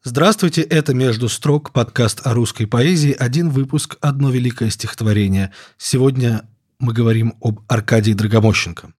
Здравствуйте, это «Между строк», подкаст о русской поэзии, один выпуск, одно великое стихотворение. Сегодня мы говорим об Аркадии Драгомощенко.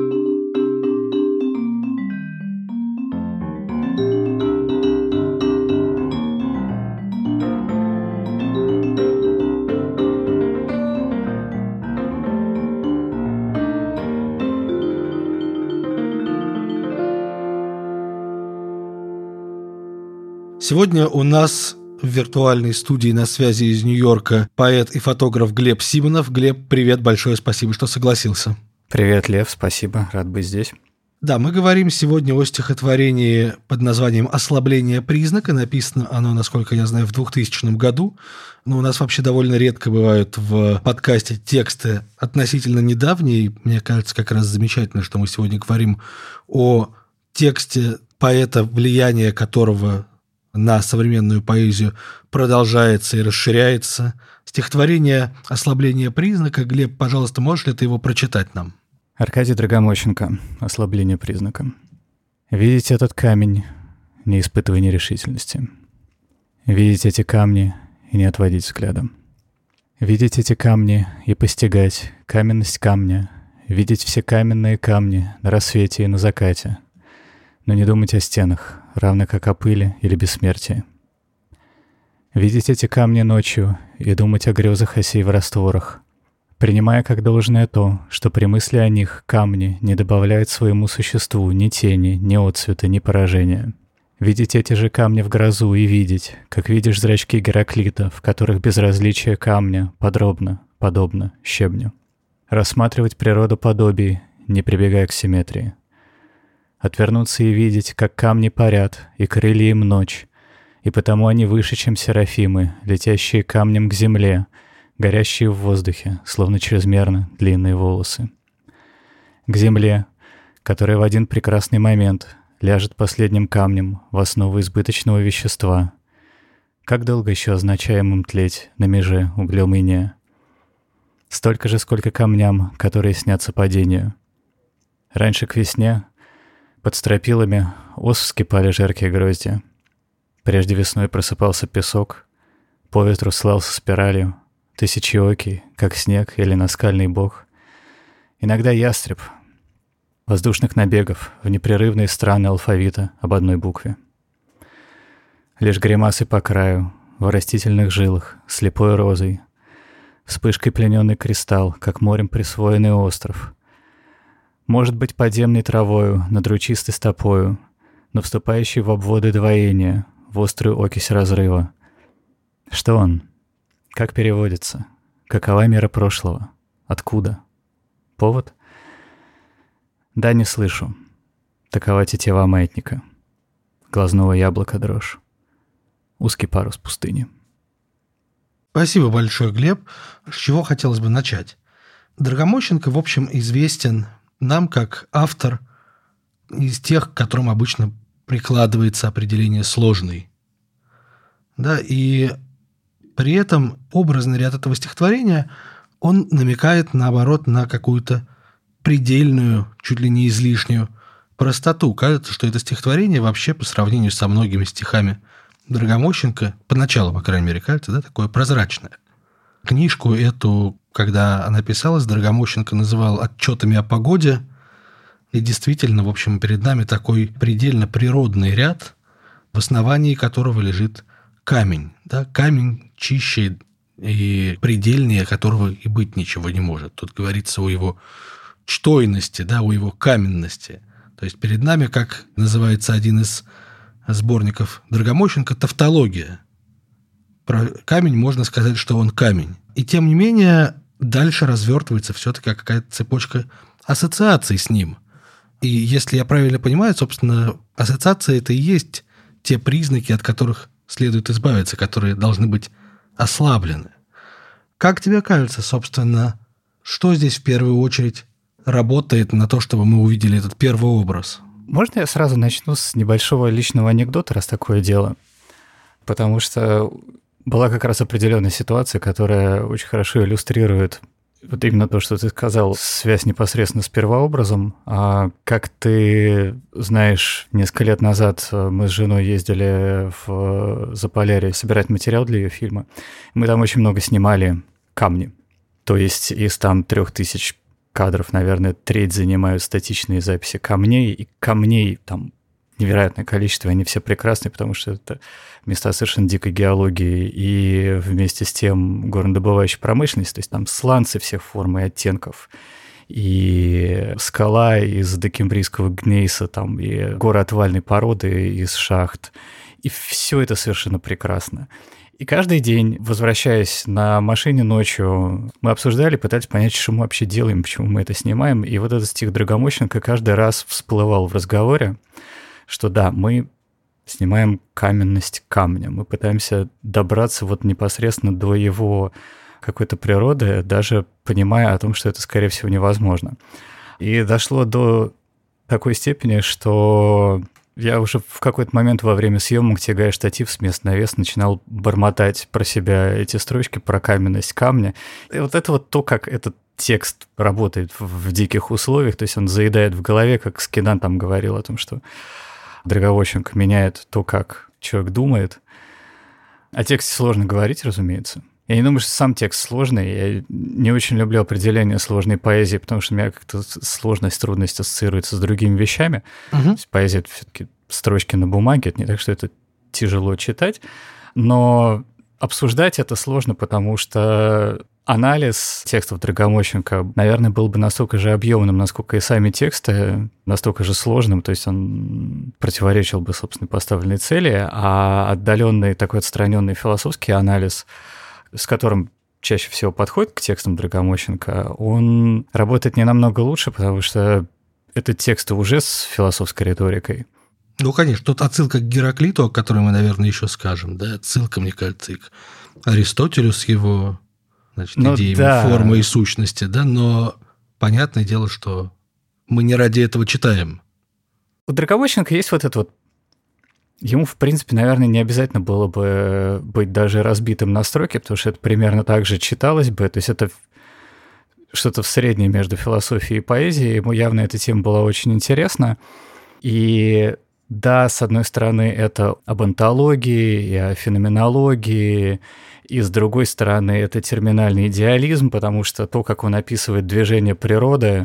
Сегодня у нас в виртуальной студии на связи из Нью-Йорка поэт и фотограф Глеб Симонов. Глеб, привет, большое спасибо, что согласился. Привет, Лев, спасибо, рад быть здесь. Да, мы говорим сегодня о стихотворении под названием «Ослабление признака». Написано оно, насколько я знаю, в 2000 году. Но у нас вообще довольно редко бывают в подкасте тексты относительно недавние. Мне кажется, как раз замечательно, что мы сегодня говорим о тексте поэта, влияние которого на современную поэзию продолжается и расширяется. Стихотворение «Ослабление признака». Глеб, пожалуйста, можешь ли ты его прочитать нам? Аркадий Драгомощенко. «Ослабление признака». Видеть этот камень, не испытывая нерешительности. Видеть эти камни и не отводить взгляда. Видеть эти камни и постигать каменность камня. Видеть все каменные камни на рассвете и на закате. Но не думать о стенах, равно как о пыли или бессмертии. Видеть эти камни ночью и думать о грезах осей в растворах, принимая как должное то, что при мысли о них камни не добавляют своему существу ни тени, ни отцвета, ни поражения. Видеть эти же камни в грозу и видеть, как видишь зрачки Гераклита, в которых безразличие камня подробно, подобно щебню. Рассматривать природу подобий, не прибегая к симметрии. Отвернуться и видеть, как камни парят, и крылья им ночь, и потому они выше, чем серафимы, летящие камнем к земле, горящие в воздухе, словно чрезмерно длинные волосы. К земле, которая в один прекрасный момент ляжет последним камнем в основу избыточного вещества. Как долго еще означаемым тлеть на меже углем иния? Столько же, сколько камням, которые снятся падению. Раньше к весне под стропилами ос вскипали жаркие грозди. Прежде весной просыпался песок, по ветру слался спиралью, тысячеокий, как снег или наскальный бог. Иногда ястреб, воздушных набегов в непрерывные страны алфавита об одной букве. Лишь гримасы по краю, в растительных жилах, слепой розой, вспышкой плененный кристалл, как морем присвоенный остров. Может быть, подземной травою, над ручистой стопою, но вступающий в обводы двоения, в острую окись разрыва. Что он? Как переводится? Какова мера прошлого? Откуда? Повод? Да, не слышу. Такова тетива маятника. Глазного яблока дрожь. Узкий парус пустыни. Спасибо большое, Глеб. С чего хотелось бы начать? Драгомощенко, в общем, известен нам как автор из тех, к которым обычно прикладывается определение «сложный». Да, и при этом образный ряд этого стихотворения, он намекает, наоборот, на какую-то предельную, чуть ли не излишнюю простоту. Кажется, что это стихотворение вообще по сравнению со многими стихами Драгомощенко, поначалу, по крайней мере, кажется, да, такое прозрачное. Книжку эту, когда она писалась, Драгомощенко называл «Отчетами о погоде». И действительно, в общем, перед нами такой предельно природный ряд, в основании которого лежит камень. Да? Камень чище и предельнее которого и быть ничего не может. Тут говорится о его чтойности, да, о его каменности. То есть перед нами, как называется один из сборников Драгомощенко, тавтология. Про камень можно сказать, что он камень. И тем не менее, дальше развертывается все-таки какая-то цепочка ассоциаций с ним. И если я правильно понимаю, собственно, ассоциация – это и есть те признаки, от которых следует избавиться, которые должны быть ослаблены. Как тебе кажется, собственно, что здесь в первую очередь работает на то, чтобы мы увидели этот первый образ? Можно я сразу начну с небольшого личного анекдота, раз такое дело? Потому что была как раз определенная ситуация, которая очень хорошо иллюстрирует Вот именно то, что ты сказал, связь непосредственно с первообразом. А как ты знаешь, несколько лет назад мы с женой ездили в Заполярье собирать материал для ее фильма. Мы там очень много снимали камни. То есть из там 3000 кадров, наверное, треть занимают статичные записи камней. И камней там невероятное количество, они все прекрасные, потому что это места совершенно дикой геологии и вместе с тем горнодобывающей промышленности, то есть там сланцы всех форм и оттенков, и скала из докембрийского гнейса, там, и горы отвальной породы из шахт, и все это совершенно прекрасно. И каждый день, возвращаясь на машине ночью, мы обсуждали, пытались понять, что мы вообще делаем, почему мы это снимаем, и вот этот стих Драгомощенко каждый раз всплывал в разговоре, что да, мы снимаем каменность камня, мы пытаемся добраться вот непосредственно до его какой-то природы, даже понимая о том, что это, скорее всего, невозможно. И дошло до такой степени, что я уже в какой-то момент во время съемок, тягая штатив с места на вес, начинал бормотать про себя эти строчки про каменность камня. И вот это вот то, как этот текст работает в диких условиях, то есть он заедает в голове, как Скидан там говорил о том, что Драгомощенко меняет то, как человек думает. О тексте сложно говорить, разумеется. Я не думаю, что сам текст сложный. Я не очень люблю определение сложной поэзии, потому что у меня как-то сложность, трудность ассоциируется с другими вещами. То есть поэзия — это все-таки строчки на бумаге, это не так, что это тяжело читать. Но обсуждать это сложно, потому что анализ текстов Драгомощенко, наверное, был бы настолько же объемным, насколько и сами тексты, настолько же сложным, то есть он противоречил бы собственной поставленной цели, а отдаленный такой отстраненный философский анализ, с которым чаще всего подходит к текстам Драгомощенко, он работает не намного лучше, потому что это тексты уже с философской риторикой. Ну, конечно, тут отсылка к Гераклиту, о которой мы, наверное, еще скажем, да, отсылка, мне кажется, и к Аристотелю с его, значит, идеями формы и сущности, да, но понятное дело, что мы не ради этого читаем. У Драгомощенко есть вот это вот. Ему, в принципе, наверное, не обязательно было бы быть даже разбитым на строки, потому что это примерно так же читалось бы. То есть это что-то в среднем между философией и поэзией. Ему явно эта тема была очень интересна. И да, с одной стороны, это об онтологии и о феноменологии, и с другой стороны, это терминальный идеализм, потому что то, как он описывает движение природы,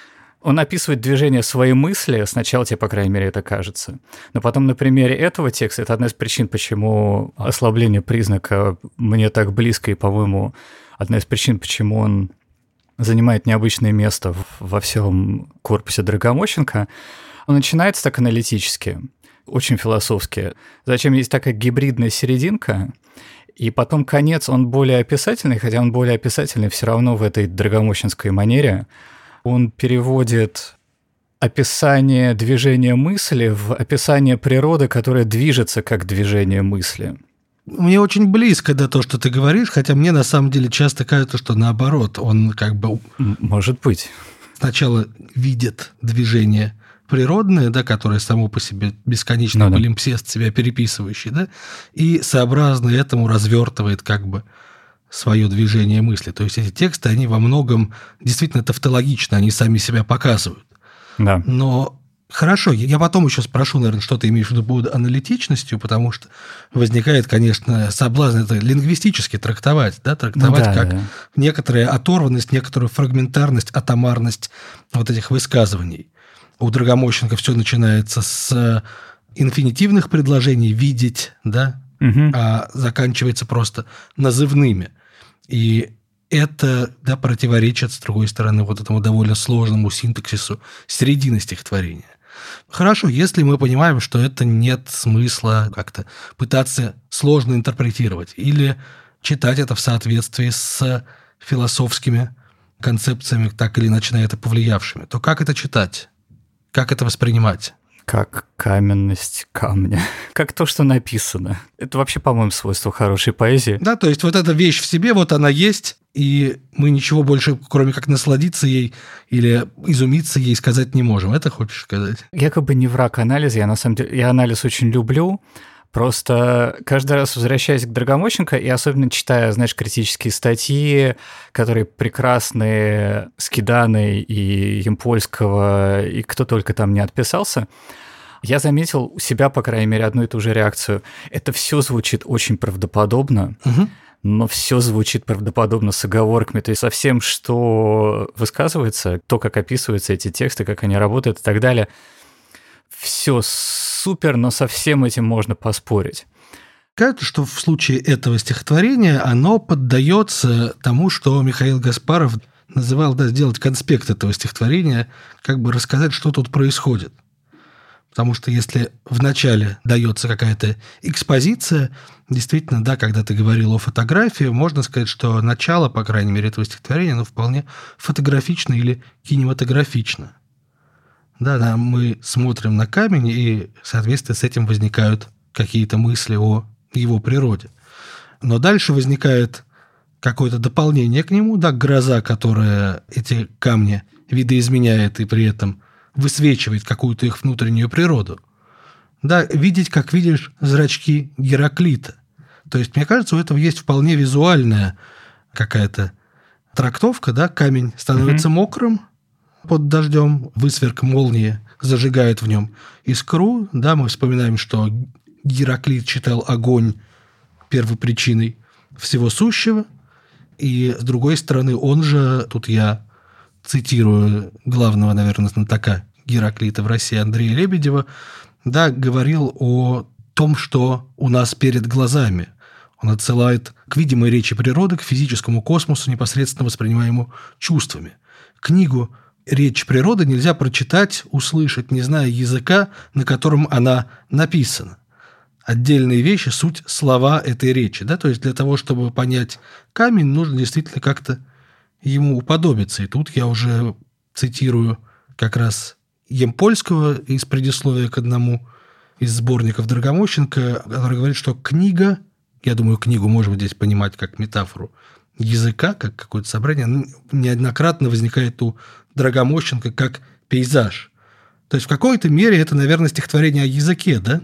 он описывает движение своей мысли, сначала тебе, по крайней мере, это кажется. Но потом на примере этого текста, это одна из причин, почему ослабление признака мне так близко, и, по-моему, одна из причин, почему он занимает необычное место во всем корпусе Драгомощенко. Он начинается так аналитически, очень философски. Зачем есть такая гибридная серединка, и потом конец, он более описательный, хотя он более описательный все равно в этой драгомощенской манере. Он переводит описание движения мысли в описание природы, которая движется как движение мысли. Мне очень близко, да, то, что ты говоришь, хотя мне на самом деле часто кажется, что наоборот, он как бы... Может быть. Сначала видит движение природное, да, которое само по себе бесконечный полимпсест себя переписывающий, да, и сообразно этому развертывает как бы свое движение мысли. То есть эти тексты, они во многом действительно тавтологичны, они сами себя показывают. Да. Но хорошо, я потом еще спрошу, наверное, что ты имеешь в виду под аналитичностью, потому что возникает, конечно, соблазн это лингвистически трактовать, да, как некоторая оторванность, некоторую фрагментарность, атомарность вот этих высказываний. У Драгомощенко все начинается с инфинитивных предложений «видеть», да, а заканчивается просто назывными. И это, да, противоречит, с другой стороны, вот этому довольно сложному синтаксису середины стихотворения. Хорошо, если мы понимаем, что это нет смысла как-то пытаться сложно интерпретировать или читать это в соответствии с философскими концепциями, так или иначе на это повлиявшими, то как это читать? Как это воспринимать? Как каменность камня. Как то, что написано. Это вообще, по-моему, свойство хорошей поэзии. Да, то есть вот эта вещь в себе, вот она есть, и мы ничего больше, кроме как насладиться ей или изумиться ей, сказать не можем. Это хочешь сказать? Я как бы не враг анализа, я на самом деле, я анализ очень люблю, Просто каждый раз, возвращаясь к Драгомощенко, и особенно читая, знаешь, критические статьи, которые прекрасные, Скиданы и Ямпольского, и кто только там не отписался, я заметил у себя, по крайней мере, одну и ту же реакцию. Это все звучит очень правдоподобно, но все звучит правдоподобно с оговорками. То есть со всем, что высказывается, то, как описываются эти тексты, как они работают и так далее, все супер, но со всем этим можно поспорить. Кажется, что в случае этого стихотворения оно поддается тому, что Михаил Гаспаров называл, сделать конспект этого стихотворения, как бы рассказать, что тут происходит. Потому что если вначале дается какая-то экспозиция, действительно, когда ты говорил о фотографии, можно сказать, что начало, по крайней мере, этого стихотворения, вполне фотографично или кинематографично. Да, мы смотрим на камень, и, соответственно, с этим возникают какие-то мысли о его природе. Но дальше возникает какое-то дополнение к нему, гроза, которая эти камни видоизменяет и при этом высвечивает какую-то их внутреннюю природу. Видеть, как видишь зрачки Гераклита. То есть, мне кажется, у этого есть вполне визуальная какая-то трактовка, камень становится мокрым, под дождем, высверк молнии зажигает в нем искру. Мы вспоминаем, что Гераклит считал огонь первопричиной всего сущего. И, с другой стороны, он же, тут я цитирую главного, наверное, знатока Гераклита в России Андрея Лебедева, говорил о том, что у нас перед глазами. Он отсылает к видимой речи природы, к физическому космосу, непосредственно воспринимаемому чувствами. Книгу «Речь природы» нельзя прочитать, услышать, не зная языка, на котором она написана. Отдельные вещи – суть слова этой речи. То есть для того, чтобы понять камень, нужно действительно как-то ему уподобиться. И тут я уже цитирую как раз Ямпольского из предисловия к одному из сборников Драгомощенко, который говорит, что книга, я думаю, книгу можно здесь понимать как метафору языка, как какое-то собрание, неоднократно возникает у Драгомощенко как пейзаж. То есть в какой-то мере это, наверное, стихотворение о языке, да?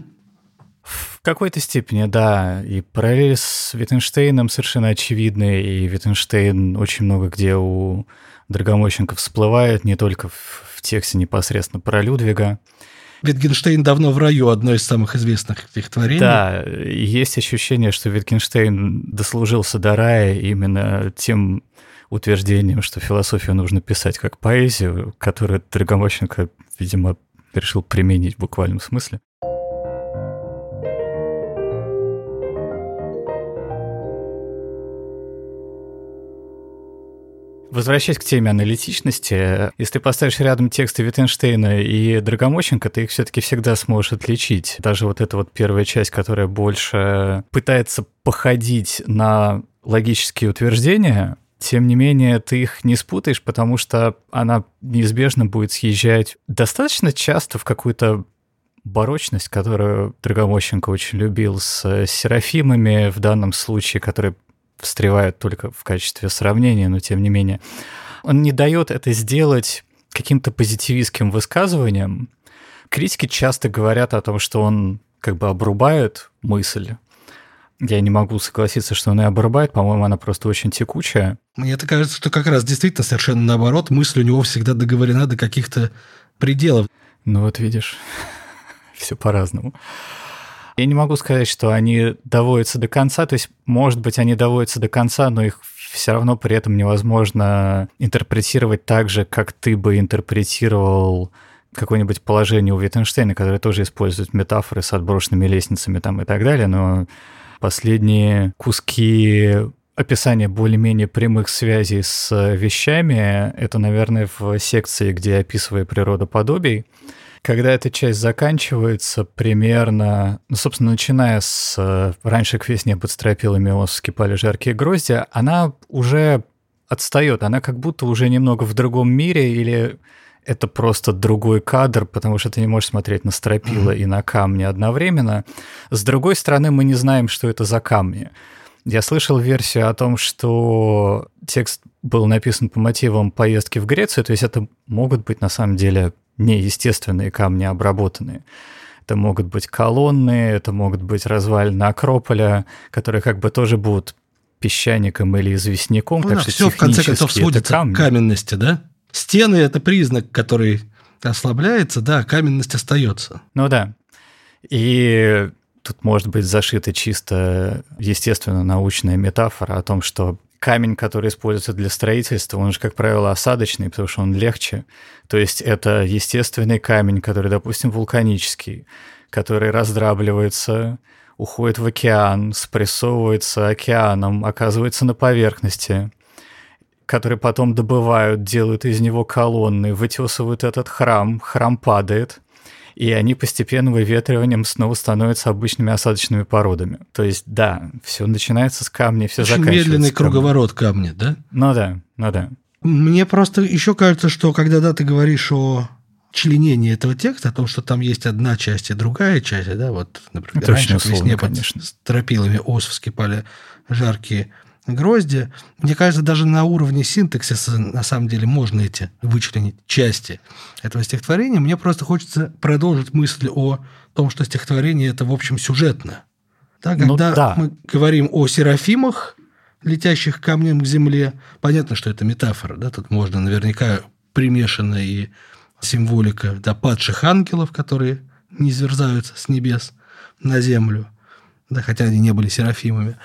В какой-то степени, да. И параллель с Wittgenstein'ом совершенно очевидны, и Wittgenstein очень много где у Драгомощенко всплывает, не только в тексте непосредственно про Людвига. Wittgenstein давно в раю, одно из самых известных стихотворений. Да, есть ощущение, что Wittgenstein дослужился до рая именно тем утверждением, что философию нужно писать как поэзию, которую Драгомощенко, видимо, решил применить в буквальном смысле. Возвращаясь к теме аналитичности, если ты поставишь рядом тексты Wittgensteina и Драгомощенко, ты их все-таки всегда сможешь отличить. Даже вот эта вот первая часть, которая больше пытается походить на логические утверждения, тем не менее ты их не спутаешь, потому что она неизбежно будет съезжать достаточно часто в какую-то барочность, которую Драгомощенко очень любил, с серафимами в данном случае, которые встревает только в качестве сравнения, но тем не менее. Он не дает это сделать каким-то позитивистским высказыванием. Критики часто говорят о том, что он как бы обрубает мысль. Я не могу согласиться, что он и обрубает, по-моему, она просто очень текучая. Мне-то кажется, что как раз действительно совершенно наоборот, мысль у него всегда договорена до каких-то пределов. Ну вот видишь, все по-разному. Я не могу сказать, что они доводятся до конца, то есть, может быть, они доводятся до конца, но их все равно при этом невозможно интерпретировать так же, как ты бы интерпретировал какое-нибудь положение у Wittgensteina, который тоже использует метафоры с отброшенными лестницами там и так далее, но последние куски описания более-менее прямых связей с вещами, это, наверное, в секции, где описываю природоподобий. Когда эта часть заканчивается примерно, собственно, начиная с «Раньше к весне под стропилами вскипали жаркие гроздья», она уже отстает, она как будто уже немного в другом мире, или это просто другой кадр, потому что ты не можешь смотреть на стропила и на камни одновременно. С другой стороны, мы не знаем, что это за камни. Я слышал версию о том, что текст был написан по мотивам поездки в Грецию, то есть это могут быть на самом деле неестественные камни обработанные. Это могут быть колонны, это могут быть развалины Акрополя, которые как бы тоже будут песчаником или известняком. Ну так да, что все в конце концов технически это сводится к камни. каменности, да? Стены – это признак, который ослабляется, да, каменность остается. Ну да. И тут может быть зашита чисто, естественно, научная метафора о том, что камень, который используется для строительства, он же, как правило, осадочный, потому что он легче. То есть это естественный камень, который, допустим, вулканический, который раздрабливается, уходит в океан, спрессовывается океаном, оказывается на поверхности, который потом добывают, делают из него колонны, вытесывают этот храм падает, и они постепенно выветриванием снова становятся обычными осадочными породами. То есть, да, все начинается с камня, все заканчивается. Очень медленный круговорот камня, да? Ну да. Мне просто еще кажется, что когда ты говоришь о членении этого текста, о том, что там есть одна часть и другая часть, да, вот, например, это раньше очень условно, к весне конечно. под стропилами ос вскипали жаркие грозди. Мне кажется, даже на уровне синтаксиса на самом деле можно эти вычленить части этого стихотворения. Мне просто хочется продолжить мысль о том, что стихотворение – это, в общем, сюжетно. Да, когда мы говорим о серафимах, летящих камнем к земле, понятно, что это метафора. Да? Тут можно наверняка примешана и символика падших ангелов, которые низверзаются с небес на землю, да, хотя они не были серафимами.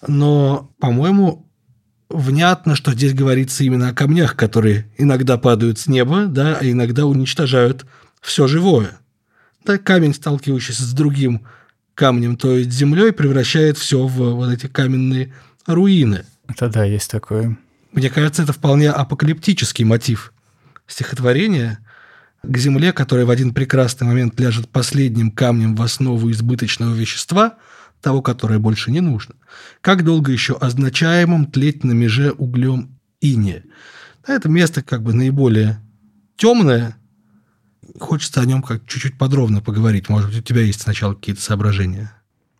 Но, по-моему, внятно, что здесь говорится именно о камнях, которые иногда падают с неба, да, а иногда уничтожают все живое. Да, камень, сталкивающийся с другим камнем, то есть землей, превращает все в вот эти каменные руины. Это да, есть такое. Мне кажется, это вполне апокалиптический мотив стихотворения к земле, которая в один прекрасный момент ляжет последним камнем в основу избыточного вещества, того, которое больше не нужно. Как долго еще означаемым тлеть на меже углем иния? Это место как бы наиболее темное. Хочется о нем как чуть-чуть подробно поговорить. Может быть, у тебя есть сначала какие-то соображения?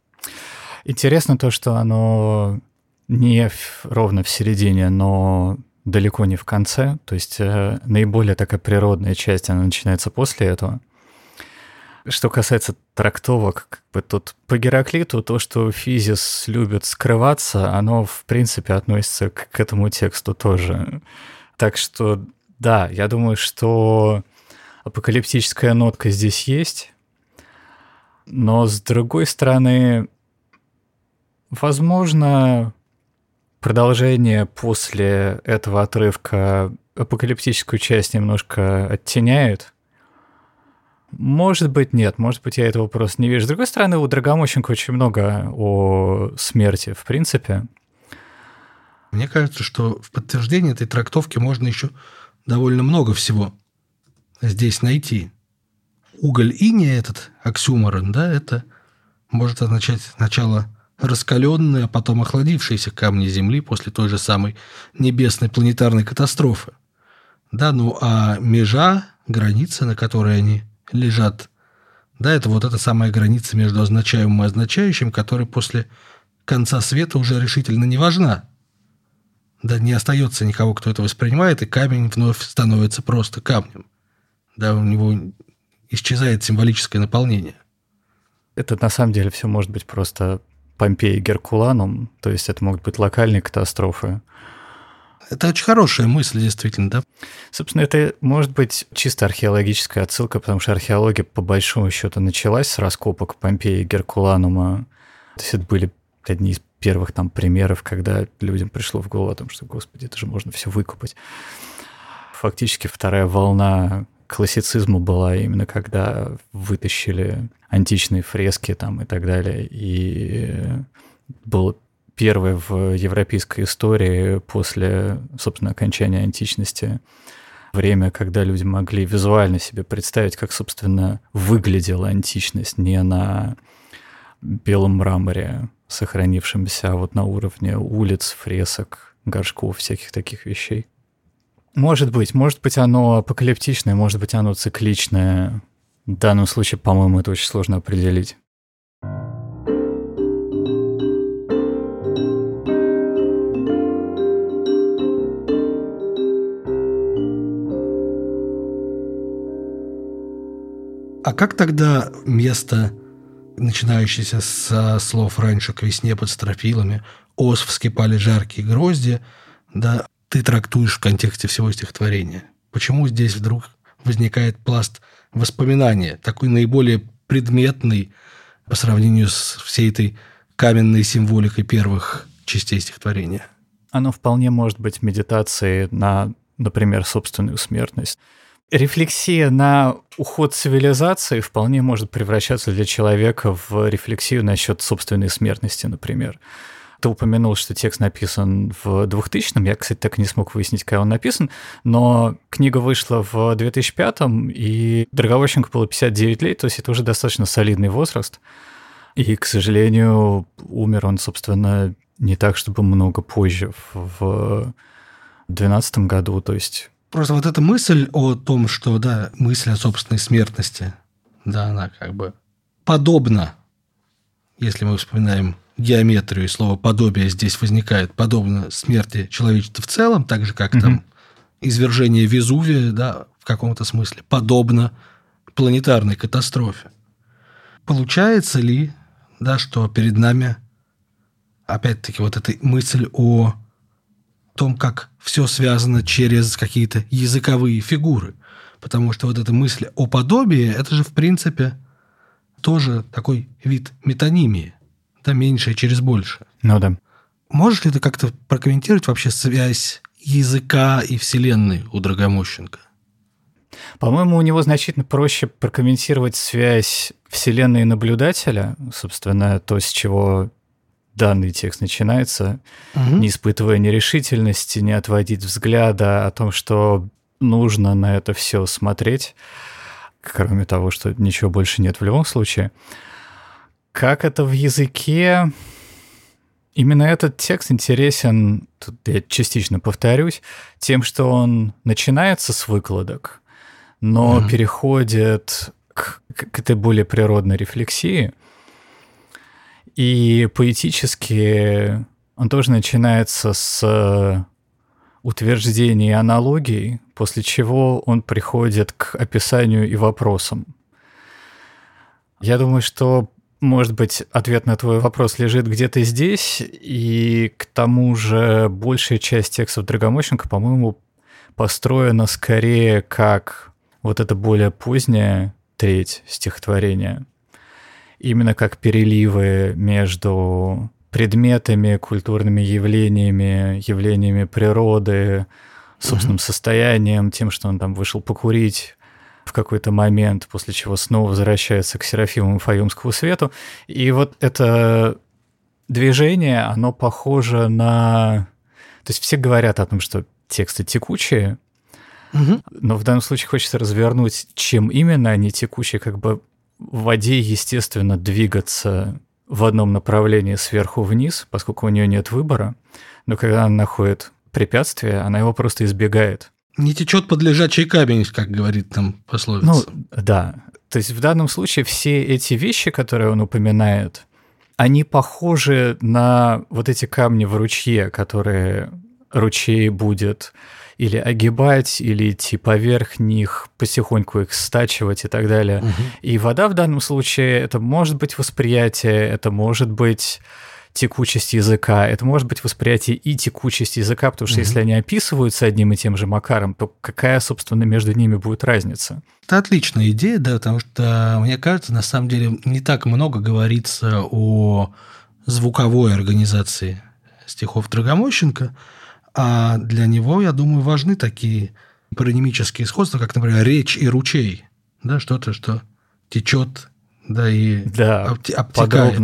Интересно то, что оно не ровно в середине, но далеко не в конце. То есть наиболее такая природная часть, она начинается после этого. Что касается трактовок, как бы тут по Гераклиту то, что Физис любит скрываться, оно, в принципе, относится к этому тексту тоже. Так что, да, я думаю, что апокалиптическая нотка здесь есть, но, с другой стороны, возможно, продолжение после этого отрывка апокалиптическую часть немножко оттеняет. Может быть, нет. Может быть, я этого просто не вижу. С другой стороны, у Драгомощенко очень много о смерти, в принципе. Мне кажется, что в подтверждение этой трактовки можно еще довольно много всего здесь найти. Уголь иния, этот оксюморон, да, это может означать сначала раскаленные, а потом охладившиеся камни Земли после той же самой небесной планетарной катастрофы. Да, ну а межа, граница, на которой они лежат, да, это вот эта самая граница между означаемым и означающим, которая после конца света уже решительно не важна. Да, не остается никого, кто это воспринимает, и камень вновь становится просто камнем. Да, у него исчезает символическое наполнение. Это на самом деле все может быть просто Помпеи Геркуланум, то есть это могут быть локальные катастрофы. Это очень хорошая мысль, действительно, да? Собственно, это может быть чисто археологическая отсылка, потому что археология, по большому счету, началась с раскопок Помпеи Геркуланума. То есть это были одни из первых там примеров, когда людям пришло в голову о том, что, господи, это же можно все выкопать. Фактически вторая волна классицизма была именно когда вытащили античные фрески там и так далее, и было первое в европейской истории после, собственно, окончания античности время, когда люди могли визуально себе представить, как, собственно, выглядела античность не на белом мраморе, сохранившемся, а вот на уровне улиц, фресок, горшков, всяких таких вещей. Может быть оно апокалиптичное, может быть оно цикличное. В данном случае, по-моему, это очень сложно определить. А как тогда место, начинающееся со слов «раньше к весне под стропилами», «ос вскипали жаркие грозди», да, ты трактуешь в контексте всего стихотворения? Почему здесь вдруг возникает пласт воспоминания, такой наиболее предметный по сравнению с всей этой каменной символикой первых частей стихотворения? Оно вполне может быть медитацией на, например, собственную смертность. Рефлексия на уход цивилизации вполне может превращаться для человека в рефлексию насчет собственной смертности, например. Ты упомянул, что текст написан в 2000-м. Я, кстати, так и не смог выяснить, когда он написан, но книга вышла в 2005-м, и Драгомощенко было 59 лет, то есть это уже достаточно солидный возраст. И, к сожалению, умер он, собственно, не так, чтобы много позже, в 2012 году, то есть... Просто вот эта мысль о том, что, да, мысль о собственной смертности, да, она как бы подобна, если мы вспоминаем геометрию, и слово «подобие» здесь возникает, подобно смерти человечества в целом, так же, как там извержение Везувия, да, в каком-то смысле, подобно планетарной катастрофе. Получается ли, да, что перед нами, опять-таки, вот эта мысль о том, как все связано через какие-то языковые фигуры? Потому что вот эта мысль о подобии – это же, в принципе, тоже такой вид метонимии. Да, меньшее через большее. Ну да. Можешь ли ты как-то прокомментировать вообще связь языка и Вселенной у Драгомощенко? По-моему, у него значительно проще прокомментировать связь Вселенной и наблюдателя, собственно, то, с чего данный текст начинается, не испытывая нерешительности, не отводить взгляда о том, что нужно на это все смотреть, кроме того, что ничего больше нет в любом случае. Как это в языке? Именно этот текст интересен, тут я частично повторюсь, тем, что он начинается с выкладок, но переходит к этой более природной рефлексии. И поэтически он тоже начинается с утверждений и аналогий, после чего он приходит к описанию и вопросам. Я думаю, что, может быть, ответ на твой вопрос лежит где-то здесь, и к тому же большая часть текстов Драгомощенко, по-моему, построена скорее как вот эта более поздняя треть стихотворения, именно как переливы между предметами, культурными явлениями, явлениями природы, собственным состоянием, тем, что он там вышел покурить в какой-то момент, после чего снова возвращается к Серафиму Фаюмскому свету. И вот это движение, оно похоже на... То есть все говорят о том, что тексты текучие, но в данном случае хочется развернуть, чем именно они текучие, как бы в воде, естественно, двигаться в одном направлении сверху вниз, поскольку у нее нет выбора, но когда она находит препятствие, она его просто избегает. Не течет под лежачий камень, как говорит там пословица. Ну, да. То есть в данном случае все эти вещи, которые он упоминает, они похожи на вот эти камни в ручье, которые ручей будет или огибать, или идти поверх них, потихоньку их стачивать и так далее. И вода в данном случае, это может быть восприятие, это может быть текучесть языка, это может быть восприятие и текучесть языка, потому что если они описываются одним и тем же макаром, то какая, собственно, между ними будет разница? Это отличная идея, да, потому что, мне кажется, на самом деле не так много говорится о звуковой организации стихов Драгомощенко, а для него, я думаю, важны такие паронимические сходства, как, например, речь и ручей, да, что-то, что течет, да, и обтекает.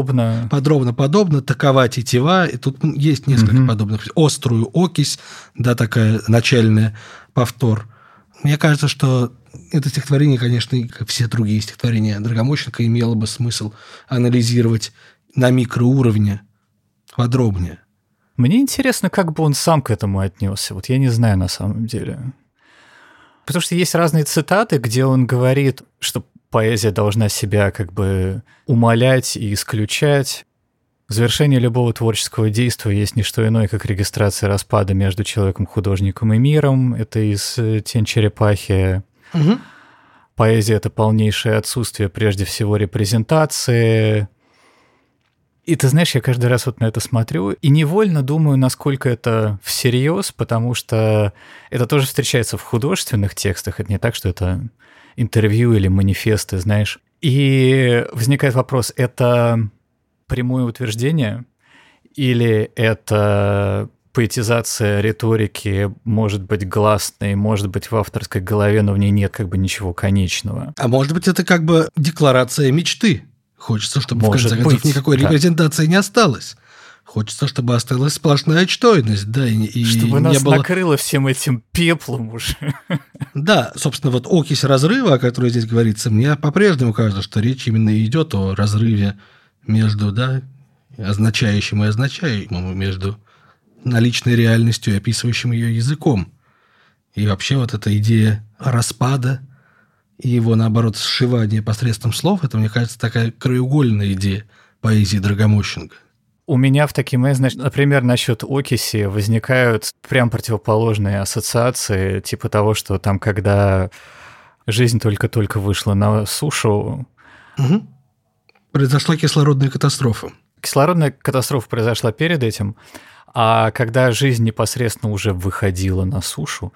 Подробно, такова тетива, и тут есть несколько подобных. Острую окись, да, такая начальная, повтор. Мне кажется, что это стихотворение, конечно, как все другие стихотворения Драгомощенко, имело бы смысл анализировать на микроуровне подробнее. Мне интересно, как бы он сам к этому отнесся. Вот я не знаю на самом деле. Потому что есть разные цитаты, где он говорит, что поэзия должна себя как бы умалять и исключать. Завершение любого творческого действия есть не что иное, как регистрация распада между человеком, художником и миром. Это из «Тень черепахи». поэзия — это полнейшее отсутствие, прежде всего, репрезентации. И ты знаешь, я каждый раз вот на это смотрю и невольно думаю, насколько это всерьез, потому что это тоже встречается в художественных текстах. Это не так, что это интервью или манифесты, знаешь. И возникает вопрос, это прямое утверждение или это поэтизация риторики, может быть гласной, может быть в авторской голове, но в ней нет как бы ничего конечного. А может быть, это как бы декларация мечты. Хочется, чтобы Может в конце концов быть, никакой да. репрезентации не осталось. Хочется, чтобы осталась сплошная отчтойность, да, и чтобы не нас было... накрыло всем этим пеплом уже. Да, собственно, вот окись разрыва, о которой здесь говорится, мне по-прежнему кажется, что речь именно идет о разрыве между, да, означающим и означаемым, между наличной реальностью и описывающим ее языком. И вообще вот эта идея распада и его, наоборот, сшивания посредством слов, это, мне кажется, такая краеугольная идея поэзии Драгомощенко. У меня в такие моменты, значит, например, насчет окиси возникают прям противоположные ассоциации, типа того, что там, когда жизнь только-только вышла на сушу... Угу. Произошла кислородная катастрофа. Кислородная катастрофа произошла перед этим, а когда жизнь непосредственно уже выходила на сушу,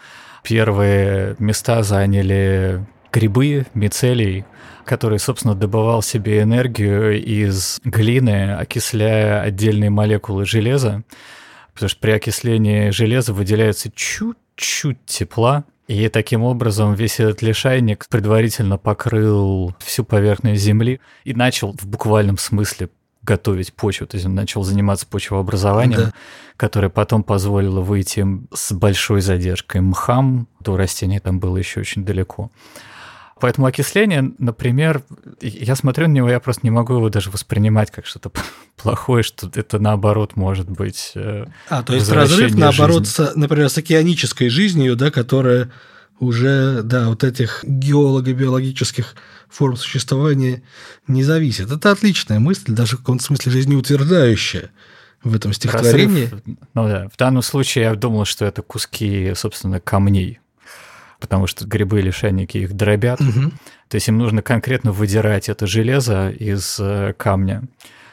первые места заняли грибы, мицелий, который, собственно, добывал себе энергию из глины, окисляя отдельные молекулы железа, потому что при окислении железа выделяется чуть-чуть тепла, и таким образом весь этот лишайник предварительно покрыл всю поверхность Земли и начал в буквальном смысле готовить почву, то есть он начал заниматься почвообразованием, да, которое потом позволило выйти с большой задержкой мхам, до растений там было еще очень далеко. Поэтому окисление, например, я смотрю на него, я просто не могу его даже воспринимать как что-то плохое, что это наоборот может быть то есть разрыв, наоборот, например, с океанической жизнью, да, которая уже, да, от этих геолого-биологических форм существования не зависит. Это отличная мысль, даже в каком-то смысле жизнеутверждающая в этом стихотворении. Разрыв, ну да, в данном случае я думал, что это куски, собственно, камней, потому что грибы и лишайники их дробят. Угу. То есть им нужно конкретно выдирать это железо из камня.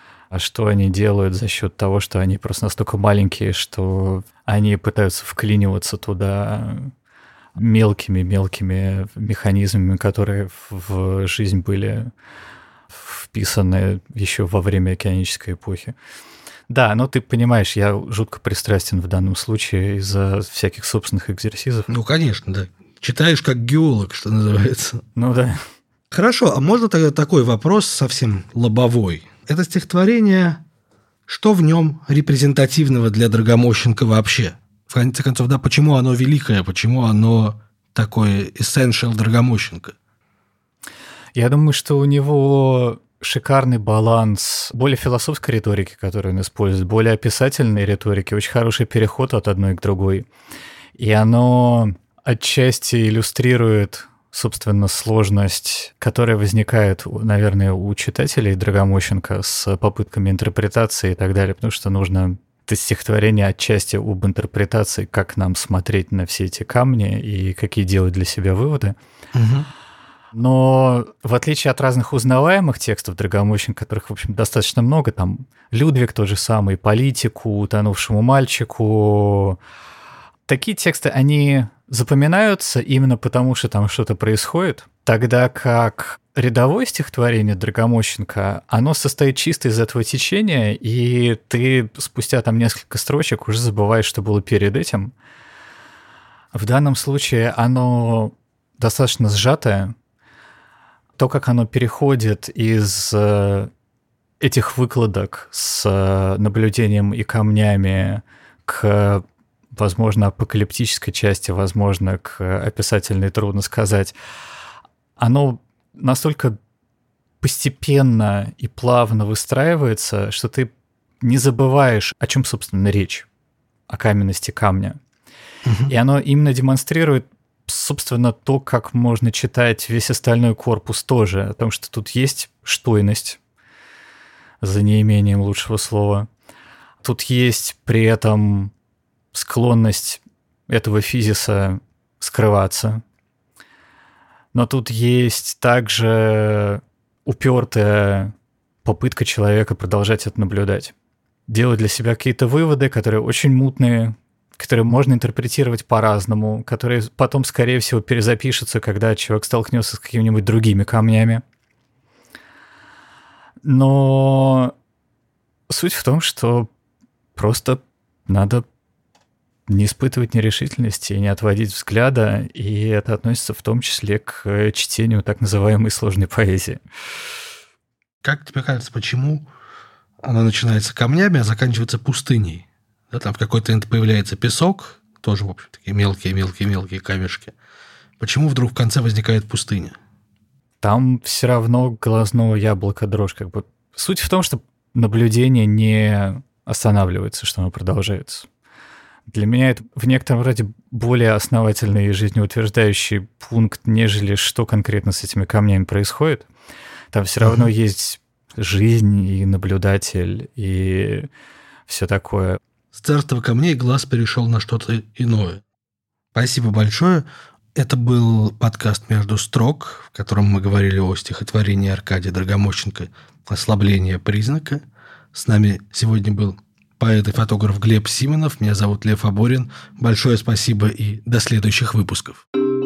А что они делают за счет того, что они просто настолько маленькие, что они пытаются вклиниваться туда мелкими механизмами, которые в жизнь были вписаны еще во время океанической эпохи. Да, но ты понимаешь, я жутко пристрастен в данном случае из-за всяких собственных экзерсисов. Ну, конечно, да. Читаешь как геолог, что называется. Ну да. Хорошо, а можно тогда такой вопрос совсем лобовой? Это стихотворение, что в нем репрезентативного для Драгомощенко вообще? В конце концов, да, почему оно великое, почему оно такое essential Драгомощенко? Я думаю, что у него шикарный баланс более философской риторики, которую он использует, более описательной риторики, очень хороший переход от одной к другой. И оно отчасти иллюстрирует, собственно, сложность, которая возникает, наверное, у читателей Драгомощенко с попытками интерпретации и так далее, потому что нужно... Это стихотворение отчасти об интерпретации, как нам смотреть на все эти камни и какие делать для себя выводы. Угу. Но в отличие от разных узнаваемых текстов Драгомощенко, которых, в общем, достаточно много, там Людвиг тот же самый, «Политику», «Утонувшему мальчику», такие тексты, они запоминаются именно потому, что там что-то происходит, тогда как рядовое стихотворение Драгомощенко, оно состоит чисто из этого течения, и ты спустя там несколько строчек уже забываешь, что было перед этим. В данном случае оно достаточно сжатое. То, как оно переходит из этих выкладок с наблюдением и камнями к, возможно, апокалиптической части, возможно, к описательной, трудно сказать, оно настолько постепенно и плавно выстраивается, что ты не забываешь, о чем, собственно, речь, о каменности камня. И оно именно демонстрирует, собственно, то, как можно читать весь остальной корпус тоже, о том, что тут есть штойность, за неимением лучшего слова. Тут есть при этом склонность этого физиса скрываться. Но тут есть также упертая попытка человека продолжать это наблюдать. Делать для себя какие-то выводы, которые очень мутные, которые можно интерпретировать по-разному, которые потом, скорее всего, перезапишутся, когда человек столкнется с какими-нибудь другими камнями. Но суть в том, что просто надо не испытывать нерешительности и не отводить взгляда, и это относится в том числе к чтению так называемой сложной поэзии. Как тебе кажется, почему она начинается камнями, а заканчивается пустыней? Да, там в какой-то момент появляется песок, тоже, в общем, такие мелкие камешки. Почему вдруг в конце возникает пустыня? Там все равно глазного яблока дрожь. Как бы. Суть в том, что наблюдение не останавливается, что оно продолжается. Для меня это в некотором роде более основательный и жизнеутверждающий пункт, нежели что конкретно с этими камнями происходит. Там все равно есть жизнь и наблюдатель, и все такое. С царства камней глаз перешел на что-то иное. Спасибо большое. Это был подкаст «Между строк», в котором мы говорили о стихотворении Аркадия Драгомощенко «Ослабление признака». С нами сегодня был поэт и фотограф Глеб Симонов. Меня зовут Лев Аборин. Большое спасибо и до следующих выпусков.